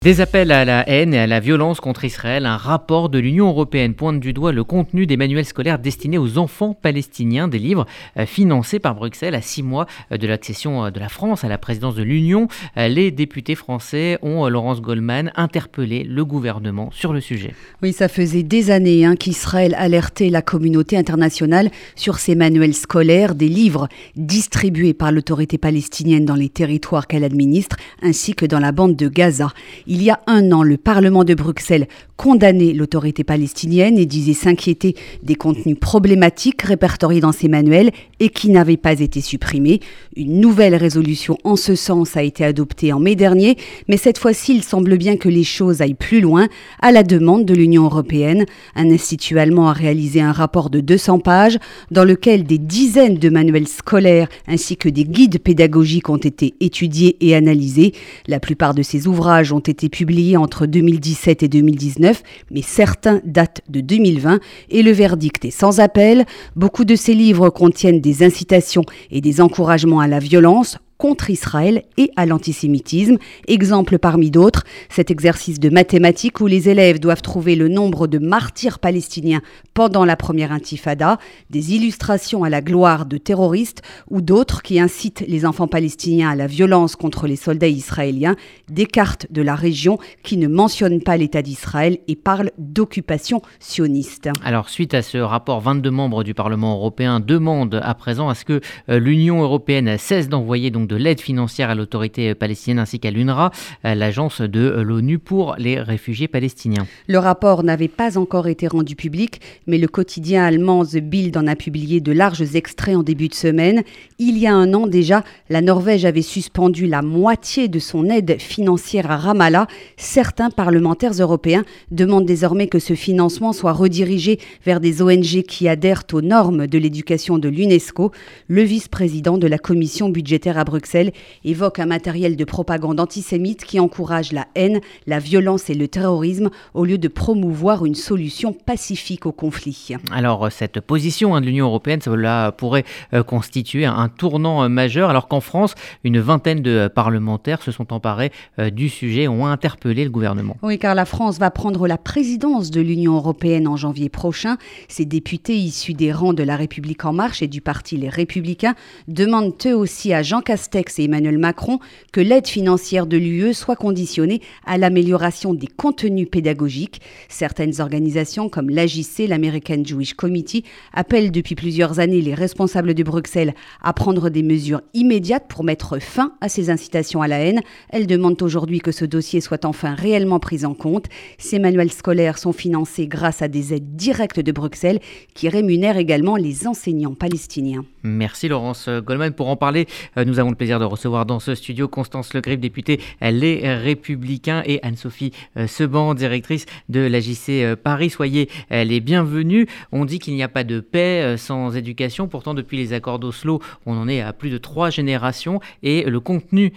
Des appels à la haine et à la violence contre Israël, un rapport de l'Union européenne pointe du doigt le contenu des manuels scolaires destinés aux enfants palestiniens, des livres financés par Bruxelles à 6 mois de l'accession de la France à la présidence de l'Union. Les députés français ont, Laurence Goldman, interpellé le gouvernement sur le sujet. Oui, ça faisait des années qu'Israël alertait la communauté internationale sur ces manuels scolaires, des livres distribués par l'autorité palestinienne dans les territoires qu'elle administre, ainsi que dans la bande de Gaza. Il y a un an, le Parlement de Bruxelles condamnait l'autorité palestinienne et disait s'inquiéter des contenus problématiques répertoriés dans ces manuels et qui n'avaient pas été supprimés. Une nouvelle résolution en ce sens a été adoptée en mai dernier, mais cette fois-ci, il semble bien que les choses aillent plus loin à la demande de l'Union européenne. Un institut allemand a réalisé un rapport de 200 pages dans lequel des dizaines de manuels scolaires ainsi que des guides pédagogiques ont été étudiés et analysés. La plupart de ces ouvrages ont été publiés entre 2017 et 2019, mais certains datent de 2020 et le verdict est sans appel. Beaucoup de ces livres contiennent des incitations et des encouragements à la violence contre Israël et à l'antisémitisme. Exemple parmi d'autres, cet exercice de mathématiques où les élèves doivent trouver le nombre de martyrs palestiniens pendant la première intifada, des illustrations à la gloire de terroristes ou d'autres qui incitent les enfants palestiniens à la violence contre les soldats israéliens, des cartes de la région qui ne mentionnent pas l'État d'Israël et parlent d'occupation sioniste. Alors, suite à ce rapport, 22 membres du Parlement européen demandent à présent à ce que l'Union européenne cesse d'envoyer de l'aide financière à l'autorité palestinienne ainsi qu'à l'UNRWA, l'agence de l'ONU pour les réfugiés palestiniens. Le rapport n'avait pas encore été rendu public, mais le quotidien allemand The Bild en a publié de larges extraits en début de semaine. Il y a un an déjà, la Norvège avait suspendu la moitié de son aide financière à Ramallah. Certains parlementaires européens demandent désormais que ce financement soit redirigé vers des ONG qui adhèrent aux normes de l'éducation de l'UNESCO. Le vice-président de la commission budgétaire à Bruxelles évoque un matériel de propagande antisémite qui encourage la haine, la violence et le terrorisme au lieu de promouvoir une solution pacifique au conflit. Alors cette position de l'Union européenne, cela pourrait constituer un tournant majeur alors qu'en France, une vingtaine de parlementaires se sont emparés du sujet et ont interpellé le gouvernement. Oui, car la France va prendre la présidence de l'Union européenne en janvier prochain. Ces députés issus des rangs de La République En Marche et du parti Les Républicains demandent eux aussi à Jean Castex et Emmanuel Macron que l'aide financière de l'UE soit conditionnée à l'amélioration des contenus pédagogiques. Certaines organisations comme l'AJC, l'American Jewish Committee, appellent depuis plusieurs années les responsables de Bruxelles à prendre des mesures immédiates pour mettre fin à ces incitations à la haine. Elles demandent aujourd'hui que ce dossier soit enfin réellement pris en compte. Ces manuels scolaires sont financés grâce à des aides directes de Bruxelles qui rémunèrent également les enseignants palestiniens. Merci Laurence Goldman. Pour en parler, nous avons le plaisir de recevoir dans ce studio Constance Le Grip, députée Les Républicains, et Anne-Sophie Seban, directrice de l'AJC Paris. Soyez les bienvenus. On dit qu'il n'y a pas de paix sans éducation. Pourtant, depuis les accords d'Oslo, on en est à plus de 3 générations et le contenu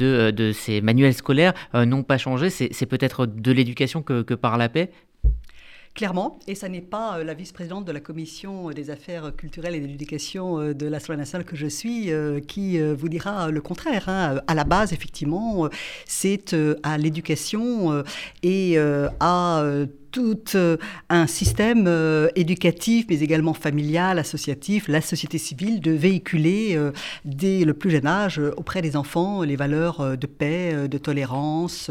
de ces manuels scolaires n'ont pas changé. C'est peut-être de l'éducation que par la paix. Clairement, et ça n'est pas la vice-présidente de la Commission des affaires culturelles et de l'éducation de l'Assemblée nationale que je suis qui vous dira le contraire. À la base, effectivement, c'est à l'éducation et à tout un système éducatif, mais également familial, associatif, la société civile, de véhiculer dès le plus jeune âge auprès des enfants les valeurs de paix, de tolérance,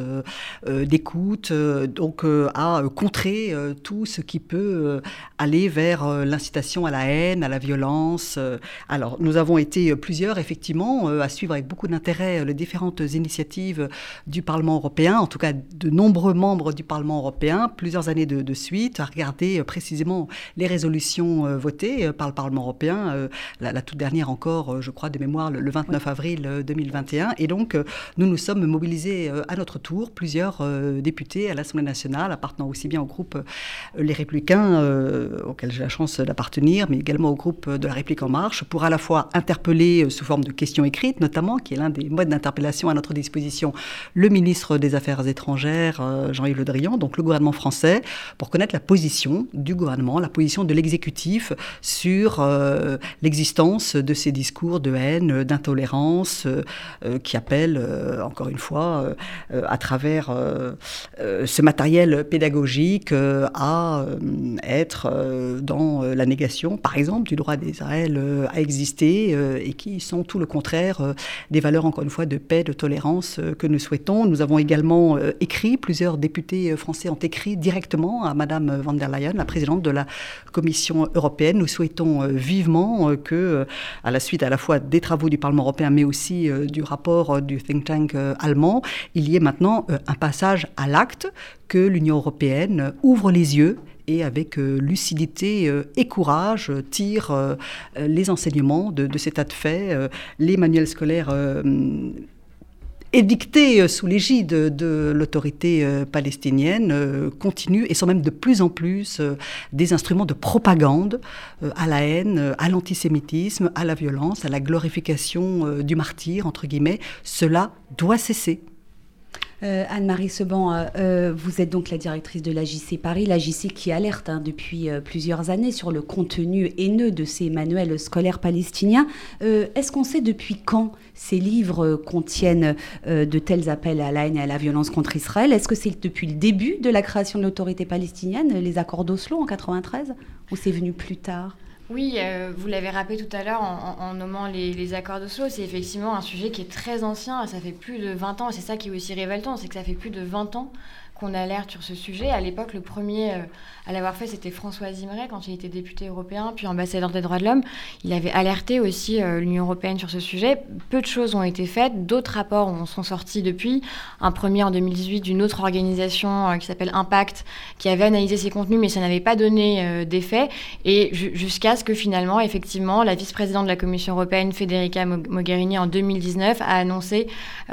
d'écoute, donc à contrer tout ce qui peut aller vers l'incitation à la haine, à la violence. Alors, nous avons été plusieurs, effectivement, à suivre avec beaucoup d'intérêt les différentes initiatives du Parlement européen, en tout cas de nombreux membres du Parlement européen, plusieurs années de suite, à regarder précisément les résolutions votées par le Parlement européen, la toute dernière encore, je crois, de mémoire, le 29 avril 2021. Et donc, nous nous sommes mobilisés à notre tour, plusieurs députés à l'Assemblée nationale, appartenant aussi bien au groupe Les Républicains, auquel j'ai la chance d'appartenir, mais également au groupe de La République En Marche, pour à la fois interpeller sous forme de questions écrites, notamment, qui est l'un des modes d'interpellation à notre disposition, le ministre des Affaires étrangères, Jean-Yves Le Drian, donc le gouvernement français, sujet pour connaître la position du gouvernement, la position de l'exécutif sur l'existence de ces discours de haine, d'intolérance qui appellent, encore une fois, à travers ce matériel pédagogique à être dans la négation, par exemple, du droit d'Israël à exister et qui sont tout le contraire des valeurs, encore une fois, de paix, de tolérance que nous souhaitons. Nous avons également écrit, plusieurs députés français ont écrit directement à Madame von der Leyen, la présidente de la Commission européenne. Nous souhaitons vivement que, à la suite à la fois des travaux du Parlement européen, mais aussi du rapport du think tank allemand, il y ait maintenant un passage à l'acte, que l'Union européenne ouvre les yeux et avec lucidité et courage tire les enseignements de cet état de fait. Les manuels scolaires édictés sous l'égide de l'autorité palestinienne continuent et sont même de plus en plus des instruments de propagande à la haine, à l'antisémitisme, à la violence, à la glorification du martyr, entre guillemets. Cela doit cesser. Anne-Marie Seban, vous êtes donc la directrice de l'AJC Paris, l'AJC qui alerte depuis plusieurs années sur le contenu haineux de ces manuels scolaires palestiniens. Est-ce qu'on sait depuis quand ces livres contiennent de tels appels à la haine et à la violence contre Israël? Est-ce que c'est depuis le début de la création de l'autorité palestinienne, les accords d'Oslo en 1993, ou c'est venu plus tard? Oui, vous l'avez rappelé tout à l'heure en nommant les accords d'Oslo, c'est effectivement un sujet qui est très ancien, ça fait plus de 20 ans, et c'est ça qui est aussi révoltant, c'est que ça fait plus de 20 ans qu'on alerte sur ce sujet. À l'époque, le premier à l'avoir fait, c'était François Zimret, quand il était député européen, puis ambassadeur des droits de l'homme. Il avait alerté aussi l'Union européenne sur ce sujet. Peu de choses ont été faites, d'autres rapports en sont sortis depuis. Un premier en 2018 d'une autre organisation qui s'appelle Impact, qui avait analysé ces contenus, mais ça n'avait pas donné d'effet. Et jusqu'à ce que finalement, effectivement, la vice-présidente de la Commission européenne, Federica Mogherini, en 2019, a annoncé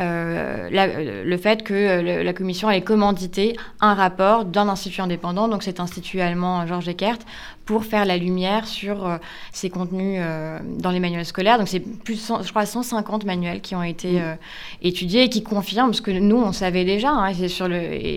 le fait que la Commission allait commanditer un rapport d'un institut indépendant, donc cet institut allemand Georges Eckert, pour faire la lumière sur ces contenus dans les manuels scolaires. Donc c'est plus, je crois, 150 manuels qui ont été étudiés et qui confirment ce que nous, on savait déjà, c'est sur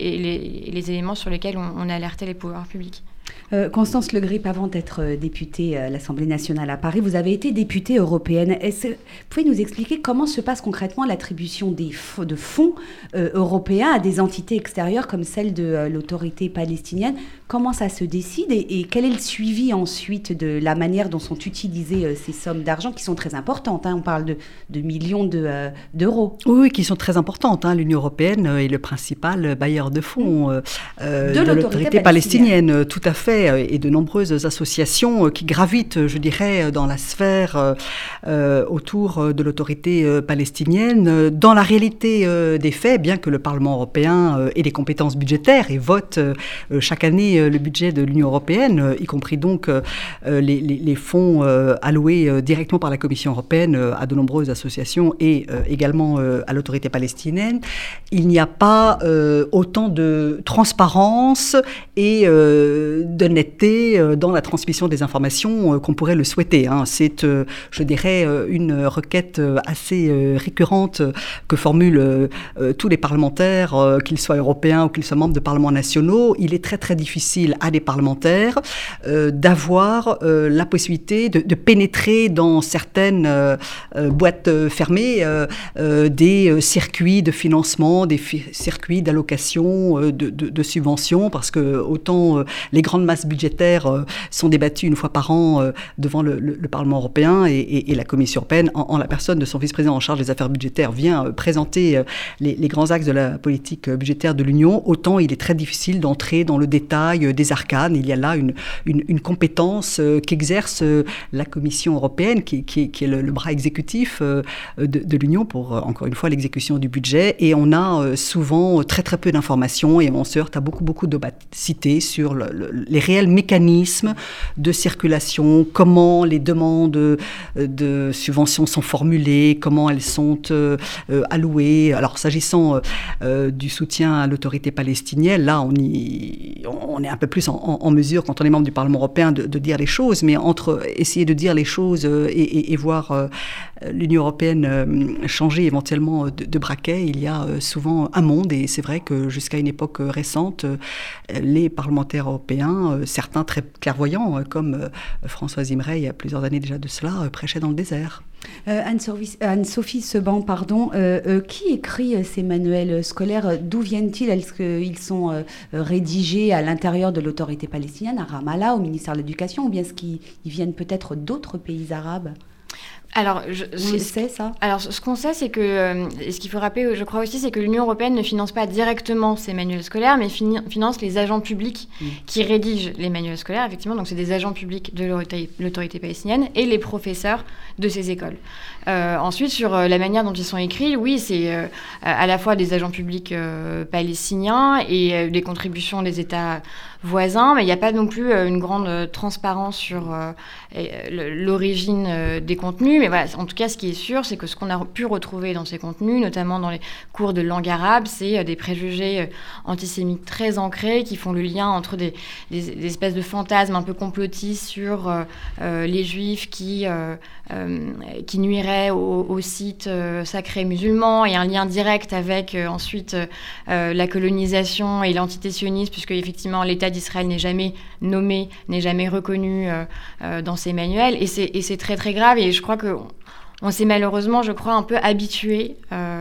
les éléments sur lesquels on a alerté les pouvoirs publics. Constance Le Grip, avant d'être députée à l'Assemblée nationale à Paris, vous avez été députée européenne. Vous pouvez nous expliquer comment se passe concrètement l'attribution de fonds européens à des entités extérieures comme celle de l'autorité palestinienne? Comment ça se décide et quel est le suivi ensuite de la manière dont sont utilisées ces sommes d'argent qui sont très importantes, on parle de millions d'euros. Oui, qui sont très importantes. L'Union européenne est le principal bailleur de fonds de l'autorité palestinienne. Tout à fait. Et de nombreuses associations qui gravitent, je dirais, dans la sphère autour de l'autorité palestinienne. Dans la réalité des faits, bien que le Parlement européen ait des compétences budgétaires et vote chaque année le budget de l'Union européenne, y compris donc les fonds alloués directement par la Commission européenne à de nombreuses associations et également à l'autorité palestinienne, il n'y a pas autant de transparence et d'honnêteté dans la transmission des informations qu'on pourrait le souhaiter. C'est, je dirais, une requête assez récurrente que formulent tous les parlementaires, qu'ils soient européens ou qu'ils soient membres de parlements nationaux. Il est très très difficile à des parlementaires d'avoir la possibilité de pénétrer dans certaines boîtes fermées des circuits de financement, des circuits d'allocation de subventions, parce que autant les grandes masses budgétaires sont débattues une fois par an devant le Parlement européen et la Commission européenne, en la personne de son vice-président en charge des affaires budgétaires, vient présenter les grands axes de la politique budgétaire de l'Union, autant il est très difficile d'entrer dans le détail des arcanes. Il y a là une compétence qu'exerce la Commission européenne, qui est le bras exécutif de l'Union pour, encore une fois, l'exécution du budget. Et on a souvent très très peu d'informations et on se heurte à beaucoup d'opacité sur les réels mécanismes de circulation, comment les demandes de subventions sont formulées, comment elles sont allouées. Alors, s'agissant du soutien à l'autorité palestinienne, là, on on est un peu plus en mesure, quand on est membre du Parlement européen, de dire les choses, mais entre essayer de dire les choses et voir l'Union européenne changer éventuellement de braquet, il y a souvent un monde, et c'est vrai que jusqu'à une époque récente, les parlementaires européens, certains très clairvoyants, comme Françoise Imray, il y a plusieurs années déjà de cela, prêchaient dans le désert. Anne-Sophie Seban, qui écrit ces manuels scolaires? D'où viennent-ils? Est-ce qu'ils sont rédigés à l'intérieur de l'autorité palestinienne, à Ramallah, au ministère de l'Éducation, ou bien est-ce qu'ils viennent peut-être d'autres pays arabes? Alors, on le sait, ça? Alors, ce qu'on sait, c'est que, ce qu'il faut rappeler, je crois aussi, c'est que l'Union européenne ne finance pas directement ces manuels scolaires, mais finance les agents publics qui rédigent les manuels scolaires, effectivement. Donc, c'est des agents publics de l'autorité palestinienne et les professeurs de ces écoles. Ensuite, sur la manière dont ils sont écrits, oui, c'est à la fois des agents publics palestiniens et des contributions des États voisins, mais il n'y a pas non plus une grande transparence sur l'origine des contenus. Mais voilà, en tout cas, ce qui est sûr, c'est que ce qu'on a pu retrouver dans ces contenus, notamment dans les cours de langue arabe, c'est des préjugés antisémites très ancrés qui font le lien entre des espèces de fantasmes un peu complotistes sur les juifs qui nuiraient au site sacré musulman, et un lien direct avec ensuite la colonisation et l'antisémitisme, puisque effectivement l'État d'Israël n'est jamais nommé, n'est jamais reconnu dans ces manuels, et c'est très très grave. Et je crois qu'on s'est malheureusement, je crois, un peu habitué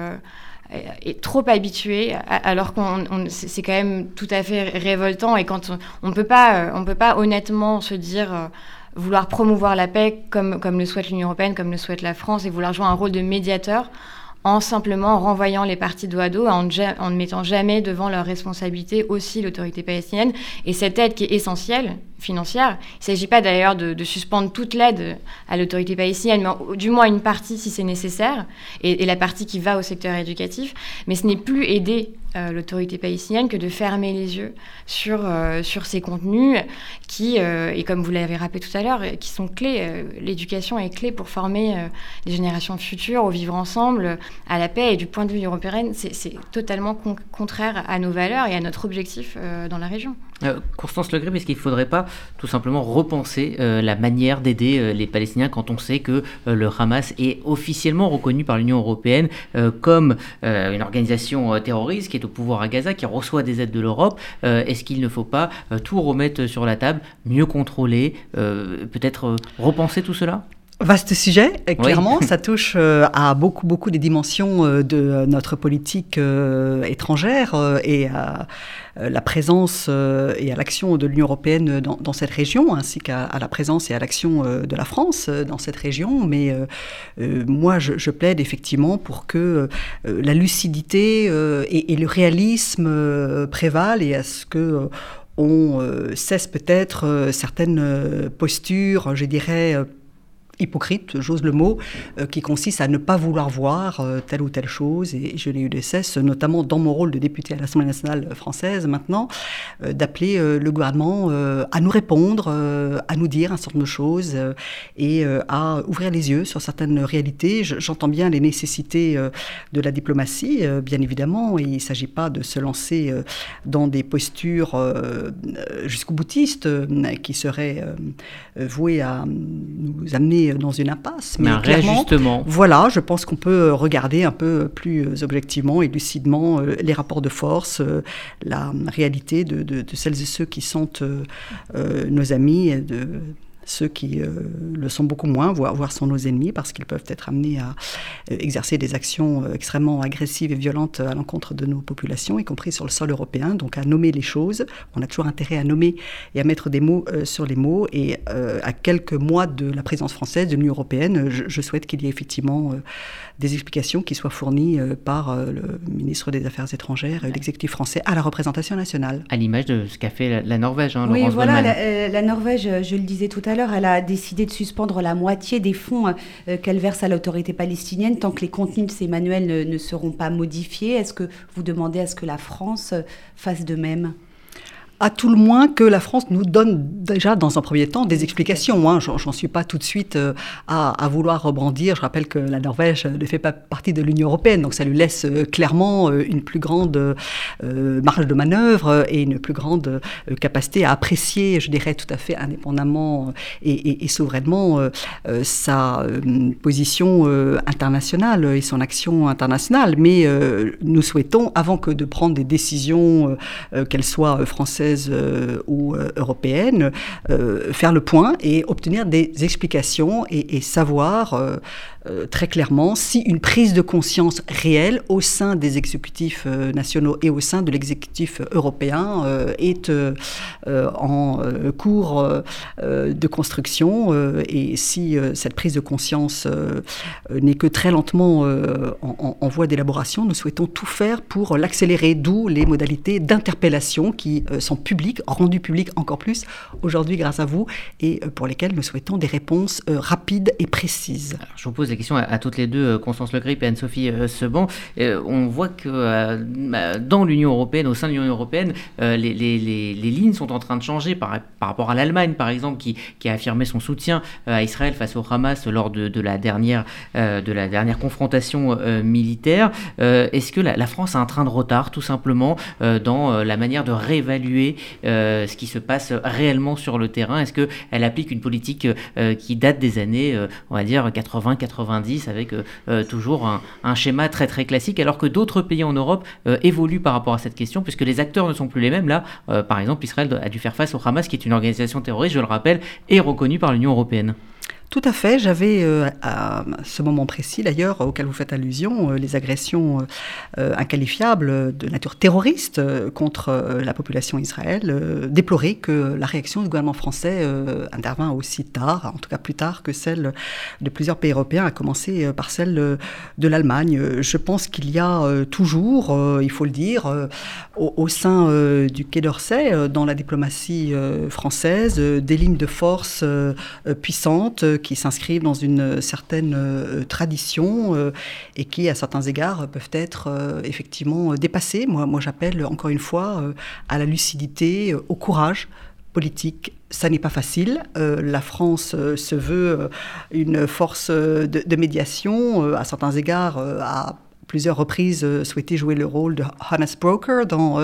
et trop habitué, alors c'est quand même tout à fait révoltant. Et quand on peut pas honnêtement se dire vouloir promouvoir la paix comme le souhaite l'Union européenne, comme le souhaite la France, et vouloir jouer un rôle de médiateur en simplement renvoyant les parties dos à dos, en ne mettant jamais devant leur responsabilité aussi l'autorité palestinienne. Et cette aide qui est essentielle, financière, il ne s'agit pas d'ailleurs de suspendre toute l'aide à l'autorité palestinienne, mais du moins une partie si c'est nécessaire, et la partie qui va au secteur éducatif. Mais ce n'est plus aider l'autorité palestinienne que de fermer les yeux sur ces contenus qui, et comme vous l'avez rappelé tout à l'heure, qui sont clés. L'éducation est clé pour former les générations futures au vivre ensemble, à la paix. Et du point de vue européen, c'est totalement contraire à nos valeurs et à notre objectif dans la région. Constance Le Grip, est-ce qu'il ne faudrait pas tout simplement repenser la manière d'aider les Palestiniens quand on sait que le Hamas est officiellement reconnu par l'Union européenne comme une organisation terroriste qui est au pouvoir à Gaza, qui reçoit des aides de l'Europe? Est-ce qu'il ne faut pas tout remettre sur la table, mieux contrôler, peut-être repenser tout cela? Vaste sujet, clairement, oui. Ça touche à beaucoup des dimensions de notre politique étrangère et à la présence et à l'action de l'Union européenne dans cette région, ainsi qu'à la présence et à l'action de la France dans cette région. Mais moi, je plaide effectivement pour que la lucidité et le réalisme prévalent, et à ce que on cesse peut-être certaines postures, je dirais, hypocrite, j'ose le mot, qui consiste à ne pas vouloir voir telle ou telle chose. Et je n'ai eu de cesse, notamment dans mon rôle de député à l'Assemblée nationale française maintenant, d'appeler le gouvernement à nous répondre, à nous dire un certain nombre de choses et à ouvrir les yeux sur certaines réalités. J'entends bien les nécessités de la diplomatie, bien évidemment. Et il ne s'agit pas de se lancer dans des postures jusqu'au boutiste qui seraient vouées à nous amener dans une impasse. Mais un réajustement. Voilà, je pense qu'on peut regarder un peu plus objectivement et lucidement les rapports de force, la réalité de celles et ceux qui sont nos amis, et de ceux qui le sont beaucoup moins, voire sont nos ennemis, parce qu'ils peuvent être amenés à exercer des actions extrêmement agressives et violentes à l'encontre de nos populations, y compris sur le sol européen. Donc à nommer les choses, on a toujours intérêt à nommer et à mettre des mots sur les mots. Et à quelques mois de la présidence française de l'Union européenne, je souhaite qu'il y ait effectivement des explications qui soient fournies par le ministre des Affaires étrangères et l'exécutif français à la représentation nationale. À l'image de ce qu'a fait la Norvège, oui, Laurence voilà, Goldman. la Norvège, je le disais tout à l'heure, elle a décidé de suspendre la moitié des fonds qu'elle verse à l'autorité palestinienne tant que les contenus de ces manuels ne seront pas modifiés. Est-ce que vous demandez à ce que la France fasse de même ? À tout le moins que la France nous donne déjà dans un premier temps des explications. J'en suis pas tout de suite à vouloir rebondir. Je rappelle que la Norvège ne fait pas partie de l'Union européenne, donc ça lui laisse clairement une plus grande marge de manœuvre et une plus grande capacité à apprécier, je dirais tout à fait indépendamment et souverainement sa position internationale et son action internationale. Mais nous souhaitons, avant que de prendre des décisions, qu'elles soient françaises ou européennes, faire le point et obtenir des explications et savoir très clairement si une prise de conscience réelle au sein des exécutifs nationaux et au sein de l'exécutif européen est en cours de construction et si cette prise de conscience n'est que très lentement en voie d'élaboration, nous souhaitons tout faire pour l'accélérer, d'où les modalités d'interpellation qui sont publiques, rendues publiques encore plus aujourd'hui grâce à vous et pour lesquelles nous souhaitons des réponses rapides et précises. Alors, je vous pose la question à toutes les deux, Constance Le Grip et Anne-Sophie Seban. On voit que dans l'Union européenne, au sein de l'Union européenne, les lignes sont en train de changer par rapport à l'Allemagne, par exemple, qui a affirmé son soutien à Israël face au Hamas lors de la dernière confrontation militaire. Est-ce que la France a un train de retard, tout simplement, dans la manière de réévaluer ce qui se passe réellement sur le terrain? Est-ce qu'elle applique une politique qui date des années, on va dire, 80-90, avec toujours un schéma très très classique, alors que d'autres pays en Europe évoluent par rapport à cette question, puisque les acteurs ne sont plus les mêmes. Là, par exemple, Israël a dû faire face au Hamas, qui est une organisation terroriste, je le rappelle, et reconnue par l'Union européenne. Tout à fait. J'avais, à ce moment précis d'ailleurs, auquel vous faites allusion, les agressions inqualifiables de nature terroriste contre la population israélienne, déploré que la réaction du gouvernement français intervint aussi tard, en tout cas plus tard que celle de plusieurs pays européens, à commencer par celle de l'Allemagne. Je pense qu'il y a toujours, il faut le dire, au sein du Quai d'Orsay, dans la diplomatie française, des lignes de force puissantes qui s'inscrivent dans une certaine tradition et qui, à certains égards, peuvent être effectivement dépassées. Moi, j'appelle encore une fois à la lucidité, au courage politique. Ça n'est pas facile. La France se veut une force de médiation, à certains égards, à plusieurs reprises souhaité jouer le rôle de honest broker dans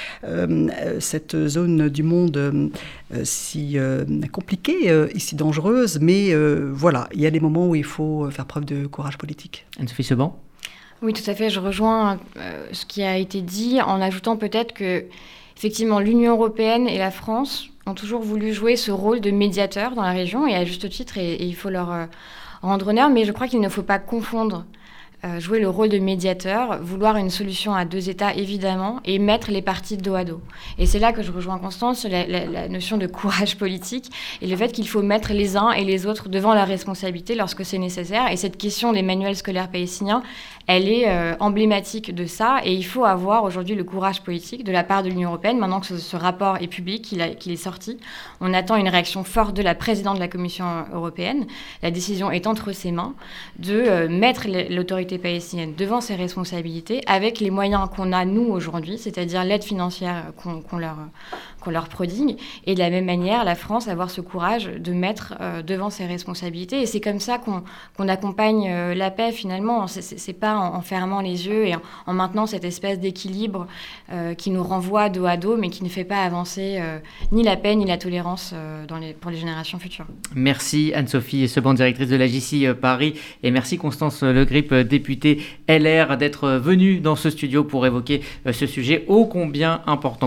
cette zone du monde si compliquée et si dangereuse. Mais voilà, il y a des moments où il faut faire preuve de courage politique. Anne-Sophie Seban ? Oui, tout à fait. Je rejoins ce qui a été dit en ajoutant peut-être que, effectivement, l'Union européenne et la France ont toujours voulu jouer ce rôle de médiateur dans la région, et à juste titre, et il faut leur rendre honneur. Mais je crois qu'il ne faut pas confondre jouer le rôle de médiateur, vouloir une solution à deux États, évidemment, et mettre les parties dos à dos. Et c'est là que je rejoins Constance sur la notion de courage politique et le fait qu'il faut mettre les uns et les autres devant la responsabilité lorsque c'est nécessaire. Et cette question des manuels scolaires palestiniens, elle est emblématique de ça. Et il faut avoir aujourd'hui le courage politique de la part de l'Union européenne. Maintenant que ce rapport est public, qu'il est sorti, on attend une réaction forte de la présidente de la Commission européenne. La décision est entre ses mains de mettre l'autorité palestinienne devant ses responsabilités avec les moyens qu'on a, nous, aujourd'hui, c'est-à-dire l'aide financière qu'on leur prodigue, et de la même manière, la France avoir ce courage de mettre devant ses responsabilités. Et c'est comme ça qu'on accompagne la paix, finalement. C'est pas en fermant les yeux et en maintenant cette espèce d'équilibre qui nous renvoie dos à dos, mais qui ne fait pas avancer ni la paix ni la tolérance pour les générations futures. Merci Anne-Sophie Seban, directrice de la JCI Paris, et merci Constance Le Grip, députée LR, d'être venue dans ce studio pour évoquer ce sujet ô combien important.